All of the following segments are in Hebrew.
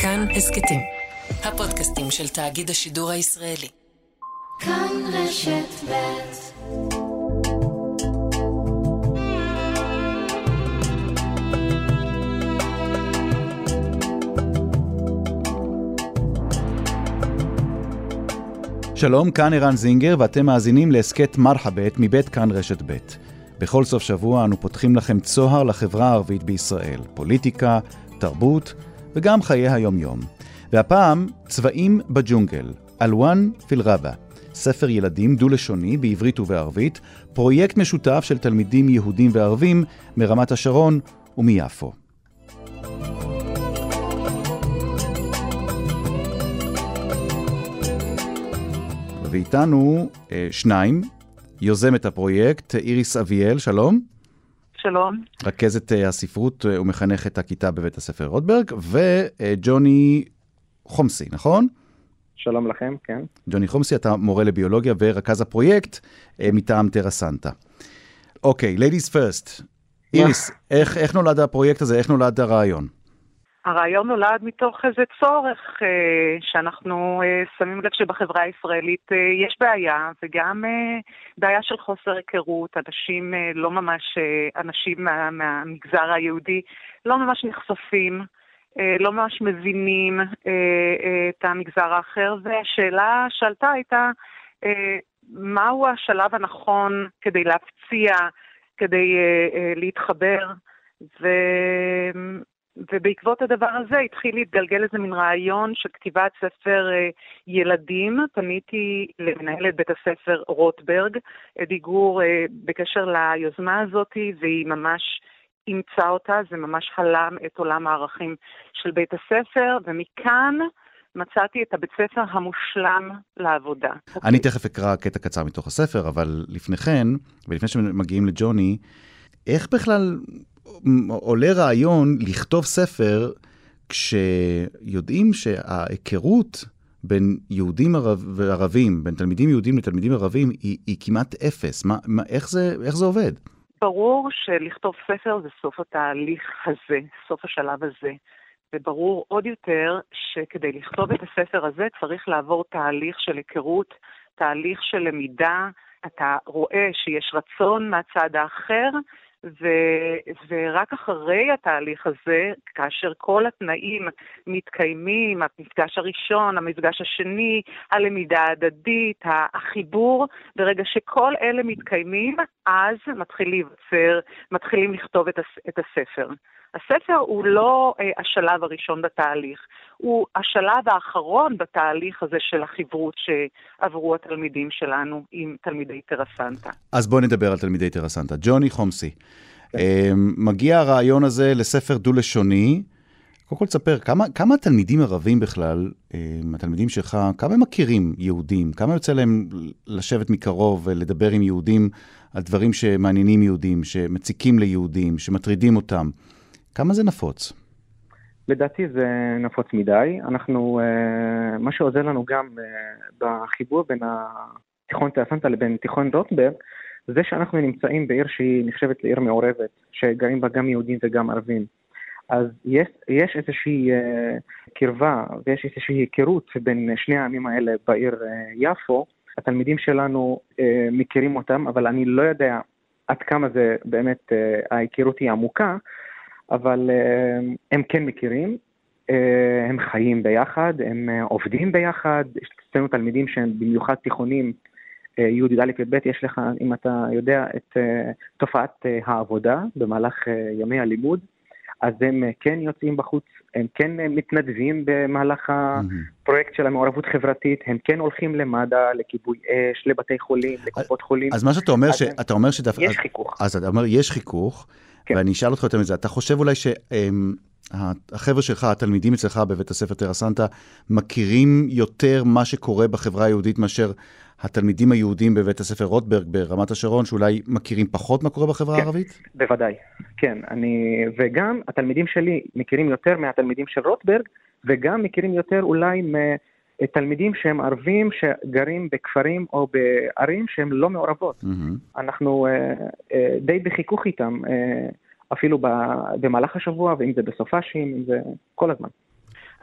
כאן הסקטים, הפודקאסטים של תאגיד השידור הישראלי. כאן רשת ב'. שלום, כאן ערן זינגר ואתם מאזינים להסקט מרחבת מבית כאן רשת ב'. בכל סוף שבוע אנו פותחים לכם צוהר לחברה הערבית בישראל, פוליטיקה, תרבות וגם חיי היום-יום. והפעם צבעים בג'ונגל, אלואן פיל רבה, ספר ילדים דו-לשוני בעברית ובערבית, פרויקט משותף של תלמידים יהודים וערבים מרמת השרון ומיפו. ואיתנו שניים, יוזמת הפרויקט, איריס אביאל, שלום. שלום. רכזת הספרות ומחנכת הכיתה בבית הספר רוטברג, וג'וני חומסי, נכון? שלום לכם, כן. ג'וני חומסי, אתה מורה לביולוגיה ורכז הפרויקט מטעם טרה סנטה. אוקיי, ladies first. איריס, איך נולד הפרויקט הזה? איך נולד הרעיון? הרעיון נולד מתוך איזה צורך שאנחנו שמים לב שבחברה הישראלית יש בעיה, וגם בעיה של חוסר היכרות. אנשים לא ממש, אנשים מהמגזר היהודי לא ממש נחשפים, לא ממש מבינים את המגזר האחר, והשאלה שעלתה הייתה מהו השלב הנכון כדי להפציע, כדי להתחבר, ובעקבות הדבר הזה התחיל להתגלגל איזה מין רעיון של כתיבת ספר ילדים. פניתי למנהלת בית הספר רוטברג, אדי גור, בקשר ליוזמה הזאת, והיא ממש אימצה אותה. זה ממש הלם את עולם הערכים של בית הספר, ומכאן מצאתי את הבית ספר המושלם לעבודה. אני תכף אקרא קטע קצר מתוך הספר, אבל לפני כן, ולפני שמגיעים לג'וני, איך בכלל עולה רעיון לכתוב ספר כשיודעים שההיכרות בין יהודים וערבים, בין תלמידים יהודים לתלמידים ערבים, היא כמעט אפס? איך זה עובד? ברור שלכתוב ספר זה סוף התהליך הזה, סוף השלב הזה. וברור עוד יותר שכדי לכתוב את הספר הזה צריך לעבור תהליך של היכרות, תהליך של למידה. אתה רואה שיש רצון מהצד האחר, ורק אחרי התהליך הזה, כאשר כל התנאים מתקיימים, המפגש הראשון, המפגש השני, הלמידה ההדדית, החיבור, ברגע שכל אלה מתקיימים, אז מתחילים לכתוב את הספר. הספר הוא לא השלב הראשון בתהליך, הוא השלב האחרון בתהליך הזה של החברות שעברו התלמידים שלנו עם תלמידי טרה סנטה. אז בואו נדבר על תלמידי טרה סנטה. ג'וני חומסי, מגיע הרעיון הזה לספר דו-לשוני. קודם כל תספר, כמה תלמידים ערבים בכלל, התלמידים שלך, כמה הם מכירים יהודים? כמה יוצא להם לשבת מקרוב ולדבר עם יהודים על דברים שמעניינים יהודים, שמציקים ליהודים, שמטרידים אותם? כמה זה נפוץ? לדעתי זה נפוץ מדי. מה שעוזר לנו גם בחיבור בין התיכון טרה סנטה לבין תיכון רוטברג, זה שאנחנו נמצאים בעיר שהיא נחשבת לעיר מעורבת, שגרים בה גם יהודים וגם ערבים. אז יש איזושהי קרבה ויש איזושהי היכרות בין שני העמים האלה בעיר יפו. התלמידים שלנו מכירים אותם, אבל אני לא יודע עד כמה זה באמת ההיכרות היא עמוקה, אבל הם כן מכירים, הם חיים ביחד, הם עובדים ביחד. יש לנו תלמידים שהם במיוחד תיכונים, יהודי ד' וב', יש לך, אם אתה יודע, את תופעת העבודה במהלך ימי הלימוד, אז הם כן יוצאים בחוץ, הם כן מתנדבים במהלך הפרויקט של המעורבות חברתית, הם כן הולכים למד"א, לכיבוי אש, לבתי חולים, לקופות חולים. אז מה שאתה אומר, אתה אומר יש חיכוך. אז אתה אומר, יש חיכוך, כן. ואני אשאל אותך יותר מזה, אתה חושב אולי שהחבר'ה שלך, התלמידים אצלך בבית הספר טרה סנטה, מכירים יותר מה שקורה בחברה היהודית מאשר התלמידים היהודים בבית הספר רוטברג ברמת השרון, שאולי מכירים פחות מה קורה בחברה הערבית? בוודאי, כן. וגם התלמידים שלי מכירים יותר מהתלמידים של רוטברג, וגם מכירים יותר אולי תלמידים שהם ערבים שגרים בכפרים או בערים שהם לא מעורבות. אנחנו די בחיכוך איתם, אפילו במהלך השבוע, ואם זה בסופשים, אם זה כל הזמן.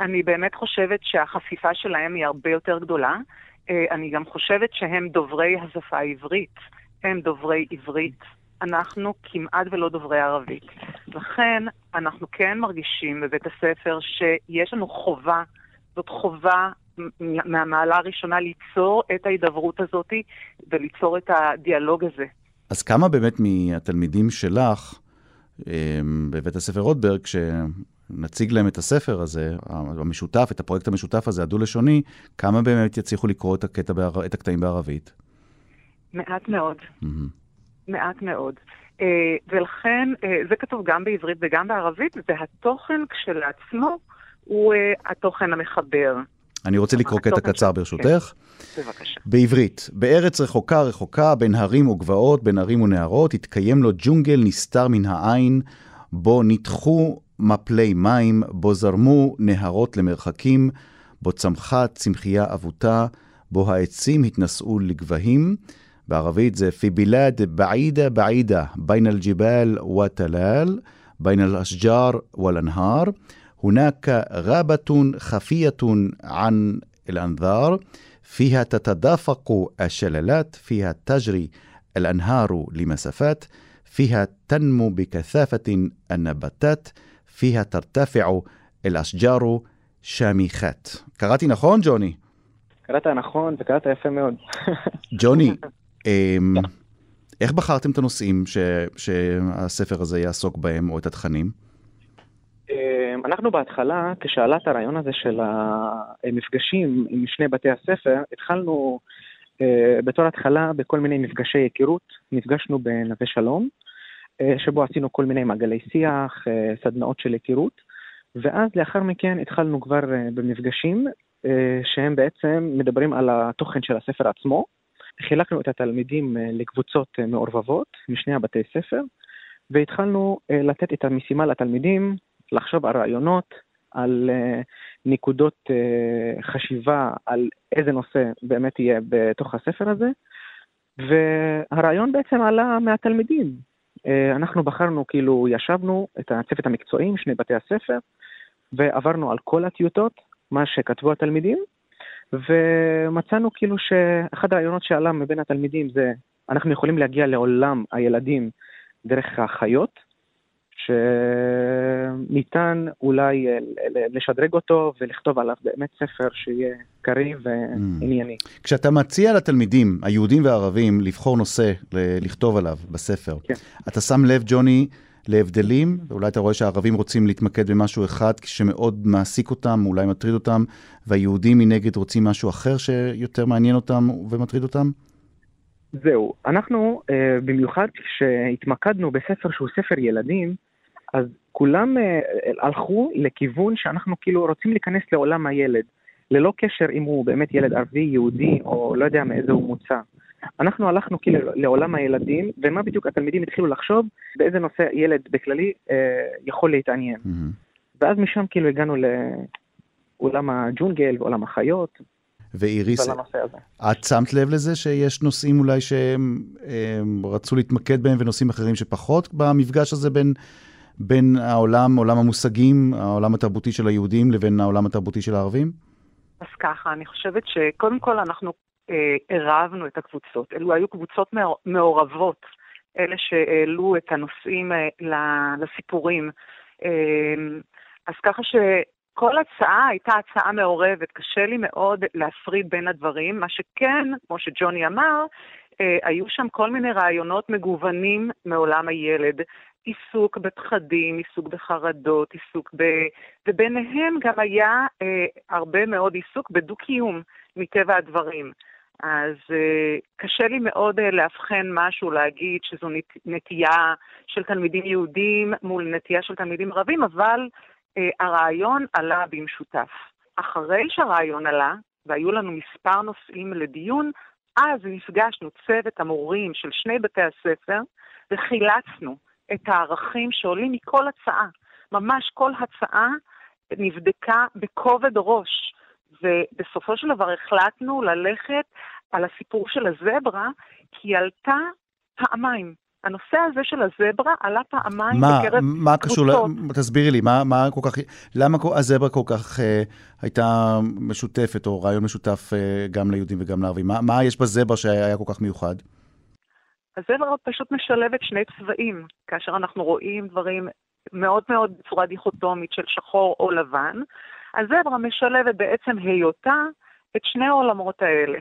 אני באמת חושבת שהחשיפה שלהם היא הרבה יותר גדולה. אני גם חושבת שהם דוברי השפה העברית. הם דוברי עברית. אנחנו כמעט ולא דוברי ערבית. לכן אנחנו כן מרגישים בבית הספר שיש לנו חובה, זאת חובה מהמעלה הראשונה ליצור את ההידברות הזאת וליצור את הדיאלוג הזה. אז כמה באמת מהתלמידים שלך בבית הספר רוטברג, שנציג להם את הספר הזה, המשותף, את הפרויקט המשותף הזה, הדו-לשוני, כמה באמת יצליחו לקרוא את הקטעים בערבית? מעט מאוד. מעט מאוד. ולכן, זה כתוב גם בעברית וגם בערבית, והתוכן כשלעצמו הוא התוכן המחבר. אני רוצה לקרוא קטע קצר ברשותך. בבקשה. בעברית, בארץ רחוקה רחוקה, בין הרים וגבעות, בין ערים ונהרות, התקיים לו ג'ונגל נסתר מן העין, בו ניתחו מפלי מים, בו זרמו נהרות למרחקים, בו צמחה צמחייה אבותה, בו העצים התנסעו לגבהים. בערבית זה في بلاد بعيدة بعيدة بين الجبال والتلال بين الأشجار والأنهار هناك غابة خفية عن الأنظار فيها تتدافق الشلالات فيها تجري الأنهار لمسافات فيها تنمو بكثافة النباتات فيها ترتفع الأشجار شامخات. קראתי נכון, ג'וני? קראת נכון וקראת יפה מאוד. ג'וני, איך בחרתם את הנושאים שהספר הזה יעסוק בהם או את התכנים? אנחנו בהתחלה, כשעלה את הרעיון הזה של המפגשים עם שני בתי הספר, התחלנו בתור התחלה בכל מיני מפגשי היכרות. נפגשנו בנווה שלום, שבו עשינו כל מיני מעגלי שיח, סדנאות של היכרות, ואז לאחר מכן התחלנו כבר במפגשים שהם בעצם מדברים על התוכן של הספר עצמו. חילקנו את התלמידים לקבוצות מעורבבות משני הבתי ספר, והתחלנו לתת את המשימה לתלמידים לחשוב על רעיונות, על נקודות חשיבה, על איזה נושא באמת יהיה בתוך הספר הזה, והרעיון בעצם עלה מהתלמידים. אנחנו בחרנו, כאילו ישבנו את הצוות המקצועי, שני בתי הספר, ועברנו על כל הטיוטות, מה שכתבו התלמידים, ומצאנו כאילו שאחד הרעיונות שעלה מבין התלמידים זה, אנחנו יכולים להגיע לעולם הילדים דרך החיות, שניתן אולי לשדרג אותו ולכתוב עליו באמת ספר שיהיה קריא וענייני. כשאתה מציע לתלמידים, היהודים והערבים, לבחור נושא לכתוב עליו בספר, כן. אתה שם לב, ג'וני, להבדלים, ואולי אתה רואה שהערבים רוצים להתמקד במשהו אחד שמאוד מעסיק אותם, אולי מטריד אותם, והיהודים מנגד רוצים משהו אחר שיותר מעניין אותם ומטריד אותם? זהו, אנחנו במיוחד כשהתמקדנו בספר שהוא ספר ילדים, אז כולם הלכו לכיוון שאנחנו כאילו רוצים להיכנס לעולם הילד, ללא קשר אם הוא באמת ילד ערבי, יהודי, או לא יודע מאיזה הוא מוצא. אנחנו הלכנו כאילו לעולם הילדים, ומה בדיוק התלמידים התחילו לחשוב, באיזה נושא ילד בכללי יכול להתעניין. ואז משם כאילו הגענו לעולם הג'ונגל ועולם החיות. ואיריס, את שמת לב לזה שיש נושאים אולי שהם רצו להתמקד בהם, ונושאים אחרים שפחות במפגש הזה בין העולם, עולם המושגים, העולם התרבותי של היהודים, לבין העולם התרבותי של הערבים? אז ככה, אני חושבת שקודם כל אנחנו ערבנו את הקבוצות. אלו היו קבוצות מעורבות, אלה שהעלו את הנושאים לסיפורים. אז ככה שכל הצעה הייתה הצעה מעורבת. קשה לי מאוד להפריד בין הדברים. מה שכן, כמו שג'וני אמר, היו שם כל מיני רעיונות מגוונים מעולם הילד. עיסוק בפחדים, עיסוק בחרדות, וביניהם גם היה הרבה מאוד עיסוק בדו-קיום מטבע הדברים. אז קשה לי מאוד להבחן משהו, להגיד שזו נטייה של תלמידים יהודים מול נטייה של תלמידים ערבים, אבל הרעיון עלה במשותף. אחרי שהרעיון עלה, והיו לנו מספר נושאים לדיון, אז נפגשנו צוות המורים של שני בתי הספר, וחילצנו את הערכים שעולים מכל הצעה. ממש כל הצעה נבדקה בכובד ראש, ובסופו של דבר החלטנו ללכת על הסיפור של הזברה, כי עלתה פעמיים. הנושא הזה של הזברה עלה פעמיים בקרב מה קשור, תסבירי לי, מה כל כך, למה הזברה כל כך הייתה משותפת, או רעיון משותף גם ליהודים וגם לערבים? מה יש בזברה שהיה כל כך מיוחד? הזברה פשוט משלבת שני צבעים, כאשר אנחנו רואים דברים מאוד מאוד בצורה דיכוטומית של שחור או לבן, הזברה משלבת בעצם היותה את שני העולמות האלה.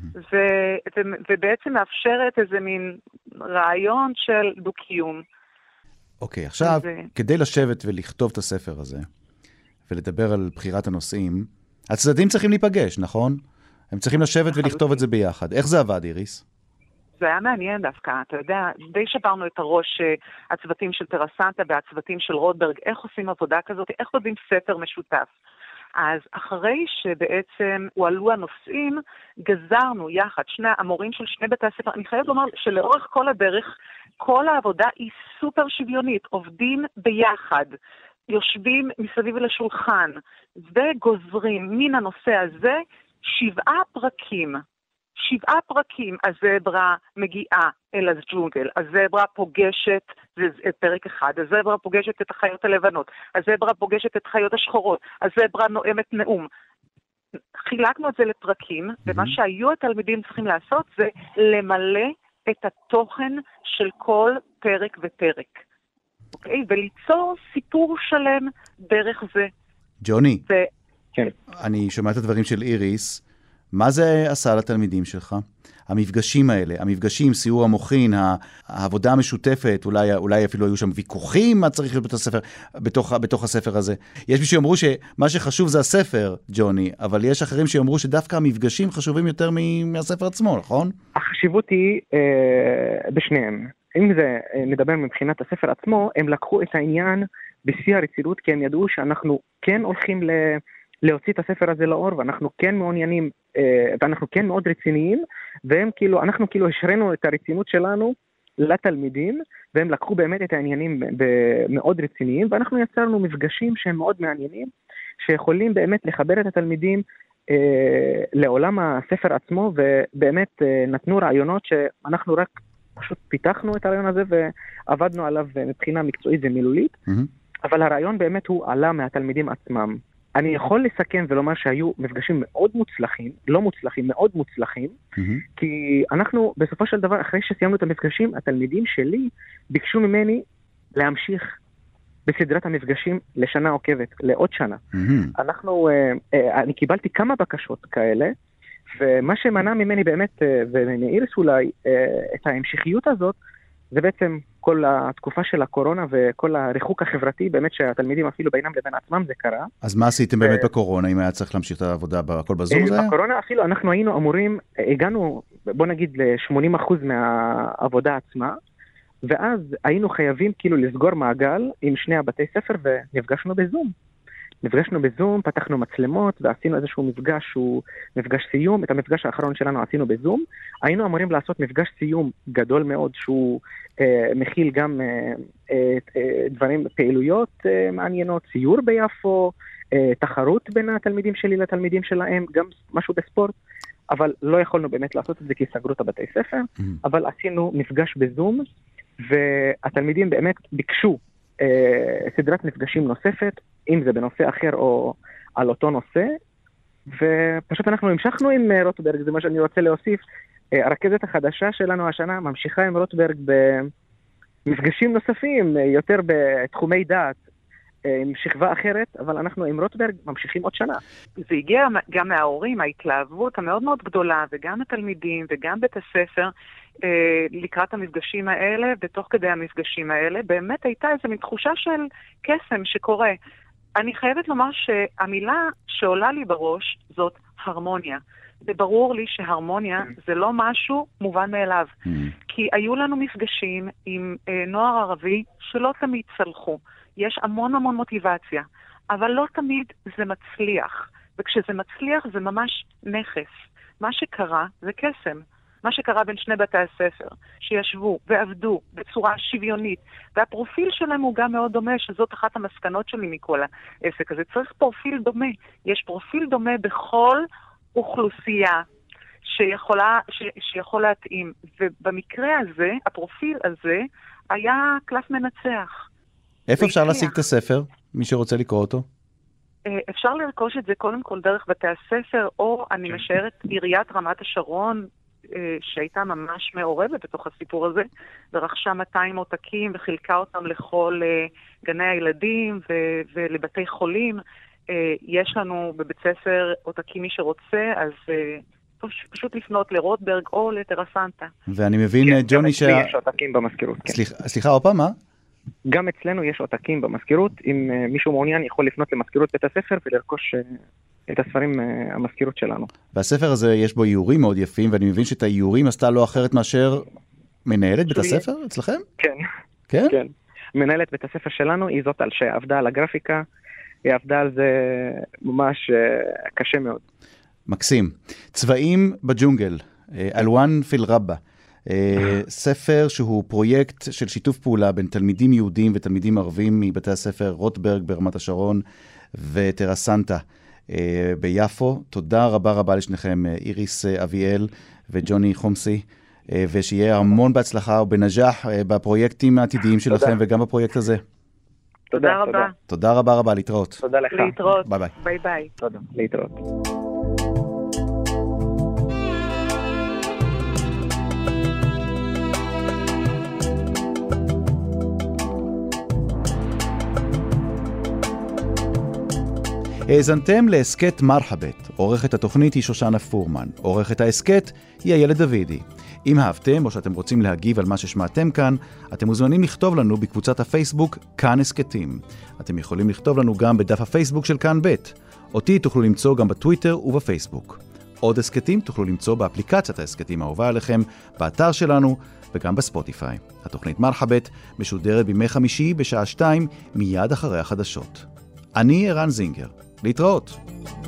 ובעצם מאפשרת איזה מין רעיון של דו-קיום. אוקיי, עכשיו, כדי לשבת ולכתוב את הספר הזה, ולדבר על בחירת הנושאים, הצדדים צריכים להיפגש, נכון? הם צריכים לשבת ולכתוב את זה ביחד. איך זה עבד, איריס? זה היה מעניין דווקא, אתה יודע, די שברנו את הראש הצוותים של טרסנטה והצוותים של רוטברג, איך עושים עבודה כזאת, איך עושים ספר משותף. אז אחרי שבעצם הועלו הנושאים, גזרנו יחד, המורים של שני בתי הספר, אני חייבת לומר שלאורך כל הדרך, כל העבודה היא סופר שוויונית, עובדים ביחד, יושבים מסביב לשולחן, וגוזרים מן הנושא הזה 7 פרקים. 7 פרקים, הזברה מגיעה אל הג'ונגל, הזברה פוגשת, זה פרק אחד, הזברה פוגשת את החיות הלבנות, הזברה פוגשת את החיות השחורות, הזברה נואמת נאום. חילקנו את זה לפרקים, ומה שהיו התלמידים צריכים לעשות זה למלא את התוכן של כל פרק ופרק. אוקיי? וליצור סיפור שלם דרך זה. ג'וני, כן. אני שומע את הדברים של איריס, מה זה עשה לתלמידים שלך? המפגשים האלה, המפגשים, סיור המוחין, העבודה המשותפת, אולי אפילו היו שם ויכוחים מה צריך להיות בתוך הספר הזה. יש מי שאומרו שמה שחשוב זה הספר, ג'וני, אבל יש אחרים שאומרו שדווקא המפגשים חשובים יותר מהספר עצמו, נכון? החשיבות היא בשניהם. אם זה נדבר מבחינת הספר עצמו, הם לקחו את העניין בשיא הרצינות, כי הם ידעו שאנחנו כן הולכים להוציא את הספר הזה לאור, ואנחנו כן מעוניינים, ואנחנו כן מאוד רציניים, אנחנו השרנו את הרצינות שלנו לתלמידים, והם לקחו באמת את העניינים מאוד רציניים, ואנחנו יצרנו מפגשים שהם מאוד מעניינים, שיכולים באמת לחבר את התלמידים לעולם הספר עצמו, ובאמת נתנו רעיונות שאנחנו רק פשוט פיתחנו את הרעיון הזה, ועבדנו עליו מבחינה מקצועית ומילולית, אבל הרעיון באמת הוא עלה מהתלמידים עצמם. אני יכול לסכם ולומר שהיו מפגשים מאוד מוצלחים, לא מוצלחים, מאוד מוצלחים, כי אנחנו בסופו של דבר, אחרי שסיימנו את המפגשים, התלמידים שלי ביקשו ממני להמשיך בסדרת המפגשים לשנה עוקבת, לעוד שנה. אני קיבלתי כמה בקשות כאלה, ומה שמנע ממני באמת, ומאיריס אולי, את ההמשכיות הזאת, זה בעצם כל התקופה של הקורונה וכל הריחוק החברתי, באמת שהתלמידים אפילו בינם לבין עצמם זה קרה. אז מה עשיתם באמת בקורונה, אם היה צריך להמשיך את העבודה בכל בזום זה? בקורונה אפילו אנחנו היינו אמורים, הגענו בוא נגיד ל-80% מהעבודה עצמה, ואז היינו חייבים כאילו לסגור מעגל עם שני הבתי ספר ונפגשנו בזום. נפגשנו בזום, פתחנו מצלמות ועשינו איזשהו מפגש שהוא מפגש סיום. את המפגש האחרון שלנו עשינו בזום. היינו אמורים לעשות מפגש סיום גדול מאוד שהוא מכיל גם דברים, פעילויות מעניינות, ציור ביפו, תחרות בין התלמידים שלי לתלמידים שלהם, גם משהו בספורט, אבל לא יכולנו באמת לעשות את זה כי סגרו את הבתי ספר, אבל עשינו מפגש בזום, והתלמידים באמת ביקשו סדרת מפגשים נוספת, אם זה בנושא אחר או על אותו נושא, ופשוט אנחנו המשכנו עם רוטברג, זה מה שאני רוצה להוסיף. הרכזת החדשה שלנו השנה ממשיכה עם רוטברג במפגשים נוספים, יותר בתחומי דעת, עם שכבה אחרת, אבל אנחנו עם רוטברג ממשיכים עוד שנה. זה הגיע גם מההורים, ההתלהבות המאוד מאוד גדולה, וגם התלמידים וגם בית הספר, לקראת המפגשים האלה, בתוך כדי המפגשים האלה, באמת הייתה איזו מין תחושה של קסם שקורה. אני חייבת לומר שהמילה שעולה לי בראש זאת הרמוניה. זה ברור לי שהרמוניה זה לא משהו מובן מאליו. כי היו לנו מפגשים עם נוער ערבי שלא תמיד צלחו. יש המון המון מוטיבציה, אבל לא תמיד זה מצליח. וכשזה מצליח זה ממש נכס. מה שקרה זה קסם. מה שקרה בין שני בתי הספר, שישבו ועבדו בצורה שוויונית, והפרופיל שלהם הוא גם מאוד דומה, שזאת אחת המסקנות שלי מכל העסק הזה. צריך פרופיל דומה. יש פרופיל דומה בכל אוכלוסייה שיכול להתאים. ובמקרה הזה, הפרופיל הזה, היה קלף מנצח. איפה אפשר להשיג את הספר, מי שרוצה לקרוא אותו? אפשר לרכוש את זה קודם כל דרך בתי הספר, או אני משערת עיריית רמת השרון, שהייתה ממש מעורבת בתוך הסיפור הזה, ורכשה 200 עותקים וחילקה אותם לכל גני הילדים ולבתי חולים. יש לנו בבית ספר עותקים מי שרוצה, אז פשוט לפנות לרוטברג או לטרסנטה. ואני מבין, ג'וני, יש עותקים במזכירות. סליחה, עוד פעם, מה? גם אצלנו יש עותקים במזכירות. אם מישהו מעוניין יכול לפנות למזכירות בית הספר ולרכוש את הספרים המזכירות שלנו. והספר הזה יש בו איורים מאוד יפים, ואני מבין שאת האיורים עשתה לא אחרת מאשר מנהלת בית הספר אצלכם? כן. כן? כן. מנהלת בית הספר שלנו היא זאת שעבדה על הגרפיקה, היא עבדה על זה ממש קשה מאוד. מקסים. צבעים בג'ונגל, אלואן פיל רבא. ספר שהוא פרויקט של שיתוף פעולה בין תלמידים יהודים ותלמידים ערבים מבתי הספר רוטברג ברמת השרון וטרסנטה ביפו. תודה רבה רבה לשניכם, איריס אביאל וג'וני חומסי, ושיהיה המון בהצלחה ובנג'ח בפרויקטים העתידיים שלכם וגם בפרויקט הזה. תודה רבה. תודה רבה רבה, להתראות. תודה לך. להתראות. ביי ביי. ביי ביי. תודה, להתראות. האזנתם להסקט מרחבת. עורכת התוכנית היא שושנה פורמן. עורכת ההסקט היא איילת דוידי. אם אהבתם או שאתם רוצים להגיב על מה ששמעתם כאן, אתם מוזמנים לכתוב לנו בקבוצת הפייסבוק כאן הסקטים. אתם יכולים לכתוב לנו גם בדף הפייסבוק של כאן ב'. אותי תוכלו למצוא גם בטוויטר ובפייסבוק. עוד הסקטים תוכלו למצוא באפליקציית ההסקטים האהובה עליכם, באתר שלנו וגם בספוטיפיי. התוכנית מרחבת משודרת בימי חמישי בשעה 2 מיד אחרי החדשות. אני ערן זינגר. להתראות.